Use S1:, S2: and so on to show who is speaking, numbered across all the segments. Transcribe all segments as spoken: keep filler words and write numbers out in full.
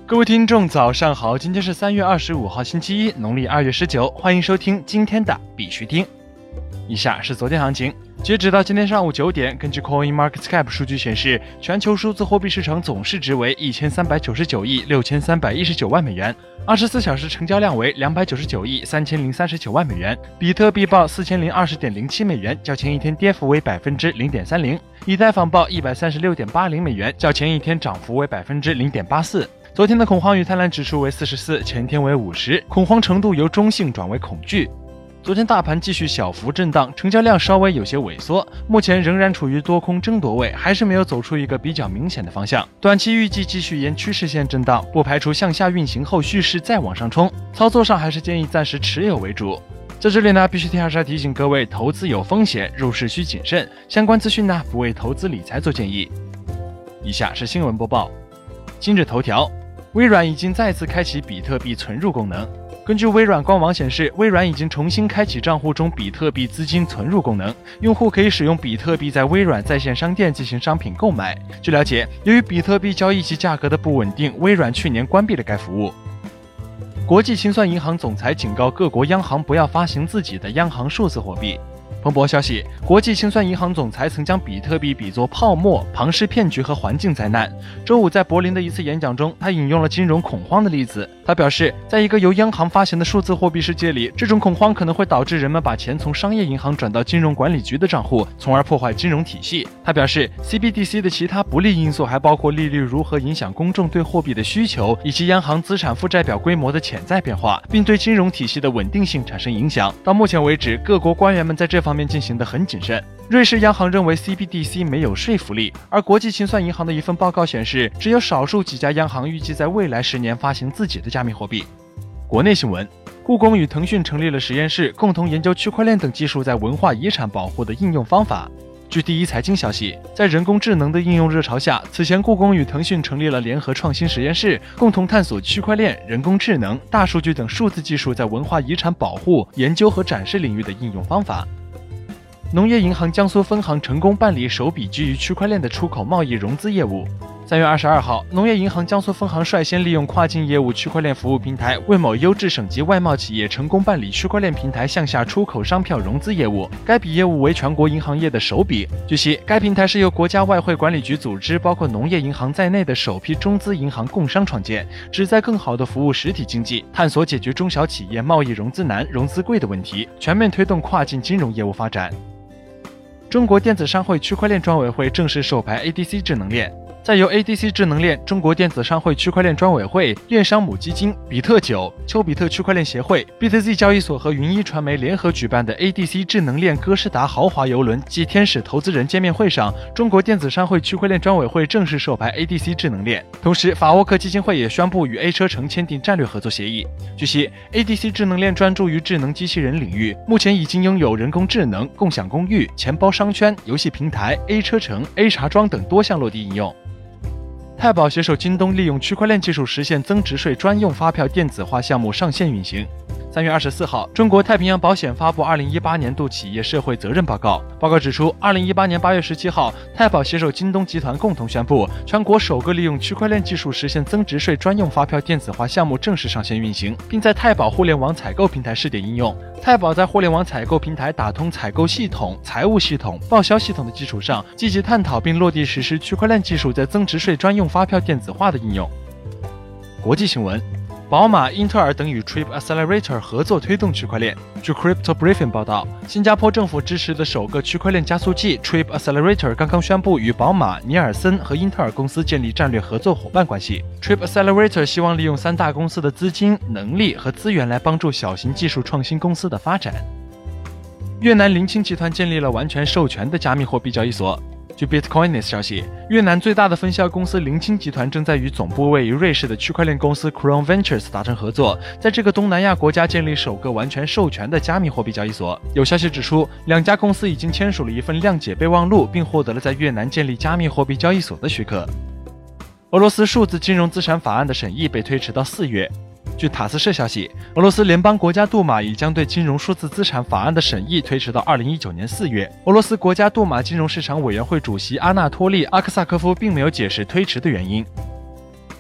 S1: 各位听众早上好，今天是三月二十五号星期一，农历二月十九，欢迎收听今天的必须听。以下是昨天行情，截止到今天上午九点，根据 CoinMarketCap 数据显示，全球数字货币市场总市值为一千三百九十九亿六千三百一十九万美元，二十四小时成交量为两百九十九亿三千零三十九万美元，比特币报四千零二十点零七美元，较前一天跌幅为百分之零点三零，以太坊报一百三十六点八零美元，较前一天涨幅为百分之零点八四。昨天的恐慌与贪婪指数为四十四，前天为五十，恐慌程度由中性转为恐惧。昨天大盘继续小幅震荡，成交量稍微有些萎缩，目前仍然处于多空争夺位，还是没有走出一个比较明显的方向。短期预计继续沿趋势线震荡，不排除向下运行后蓄势再往上冲。操作上还是建议暂时持有为主。在这里呢，必须还是要提醒各位，投资有风险，入市需谨慎。相关资讯呢，不为投资理财做建议。以下是新闻播报。今日头条。微软已经再次开启比特币存入功能。根据微软官网显示，微软已经重新开启账户中比特币资金存入功能，用户可以使用比特币在微软在线商店进行商品购买。据了解，由于比特币交易及价格的不稳定，微软去年关闭了该服务。国际清算银行总裁警告各国央行不要发行自己的央行数字货币。彭博消息，国际清算银行总裁曾将比特币比作泡沫、庞氏骗局和环境灾难。周五在柏林的一次演讲中，他引用了金融恐慌的例子。他表示，在一个由央行发行的数字货币世界里，这种恐慌可能会导致人们把钱从商业银行转到金融管理局的账户，从而破坏金融体系。他表示 ，C B D C 的其他不利因素还包括利率如何影响公众对货币的需求，以及央行资产负债表规模的潜在变化，并对金融体系的稳定性产生影响。到目前为止，各国官员们在这方面进行得很谨慎。瑞士央行认为 C B D C 没有说服力，而国际清算银行的一份报告显示，只有少数几家央行预计在未来十年发行自己的加密货币。国内新闻，故宫与腾讯成立了实验室，共同研究区块链等技术在文化遗产保护的应用方法。据第一财经消息，在人工智能的应用热潮下，此前故宫与腾讯成立了联合创新实验室，共同探索区块链、人工智能、大数据等数字技术在文化遗产保护、研究和展示领域的应用方法。农业银行江苏分行成功办理首笔基于区块链的出口贸易融资业务。三月二十二号，农业银行江苏分行率先利用跨境业务区块链服务平台，为某优质省级外贸企业成功办理区块链平台向下出口商票融资业务。该笔业务为全国银行业的首笔。据悉，该平台是由国家外汇管理局组织，包括农业银行在内的首批中资银行共商创建，旨在更好地服务实体经济，探索解决中小企业贸易融资难、融资贵的问题，全面推动跨境金融业务发展。中国电子商会区块链专委会正式授牌 A D C 智能链。在由 A D C 智能链、中国电子商会区块链专委会、链商母基金、比特九、丘比特区块链协会、B T Z 交易所和云一传媒联合举办的 A D C 智能链哥斯达豪华邮轮暨天使投资人见面会上，中国电子商会区块链专委会正式授牌 A D C 智能链。同时，法沃克基金会也宣布与 A 车城签订战略合作协议。据悉 ，A D C 智能链专注于智能机器人领域，目前已经拥有人工智能、共享公寓、钱包商圈、游戏平台、A 车城、A 茶庄等多项落地应用。太保携手京东，利用区块链技术实现增值税专用发票电子化项目上线运行。三月二十四号，中国太平洋保险发布二零一八年度企业社会责任报告。报告指出，二零一八年八月十七号，太保携手京东集团共同宣布，全国首个利用区块链技术实现增值税专用发票电子化项目正式上线运行，并在太保互联网采购平台试点应用。太保在互联网采购平台打通采购系统、财务系统、报销系统的基础上，积极探讨并落地实施区块链技术在增值税专用发票电子化的应用。国际新闻，宝马、英特尔等与 Trip Accelerator 合作推动区块链。据 Crypto Briefing 报道，新加坡政府支持的首个区块链加速器 Trip Accelerator 刚刚宣布与宝马、尼尔森和英特尔公司建立战略合作伙伴关系。Trip Accelerator 希望利用三大公司的资金、能力和资源来帮助小型技术创新公司的发展。越南林清集团建立了完全授权的加密货币交易所。据 Bitcoinist 消息，越南最大的分销公司林清集团正在与总部位于瑞士的区块链公司 Cron Ventures 达成合作，在这个东南亚国家建立首个完全授权的加密货币交易所。有消息指出，两家公司已经签署了一份谅解备忘录，并获得了在越南建立加密货币交易所的许可。俄罗斯数字金融资产法案的审议被推迟到四月。据塔斯社消息，俄罗斯联邦国家杜马已将对金融数字资产法案的审议推迟到二零一九年四月。俄罗斯国家杜马金融市场委员会主席阿纳托利·阿克萨科夫并没有解释推迟的原因。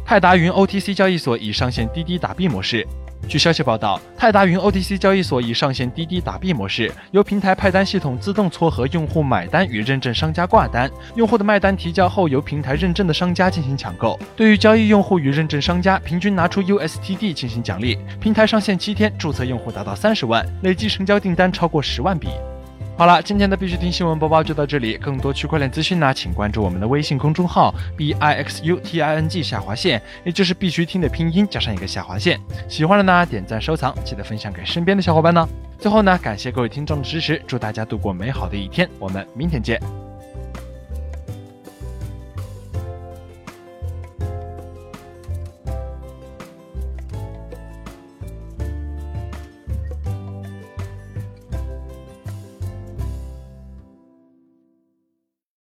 S1: 泰达云 O T C 交易所已上线滴滴打币模式。据消息报道，泰达云 O T C 交易所已上线滴滴打币模式，由平台派单系统自动撮合用户买单与认证商家挂单，用户的卖单提交后由平台认证的商家进行抢购。对于交易用户与认证商家，平均拿出 U S T D 进行奖励。平台上线七天，注册用户达到三十万，累计成交订单超过十万笔。好了，今天的必须听新闻播报就到这里。更多区块链资讯呢，请关注我们的微信公众号 B I X U T I N G 下划线，也就是必须听的拼音加上一个下划线。喜欢的呢，点赞收藏，记得分享给身边的小伙伴呢。最后呢，感谢各位听众的支持，祝大家度过美好的一天，我们明天见。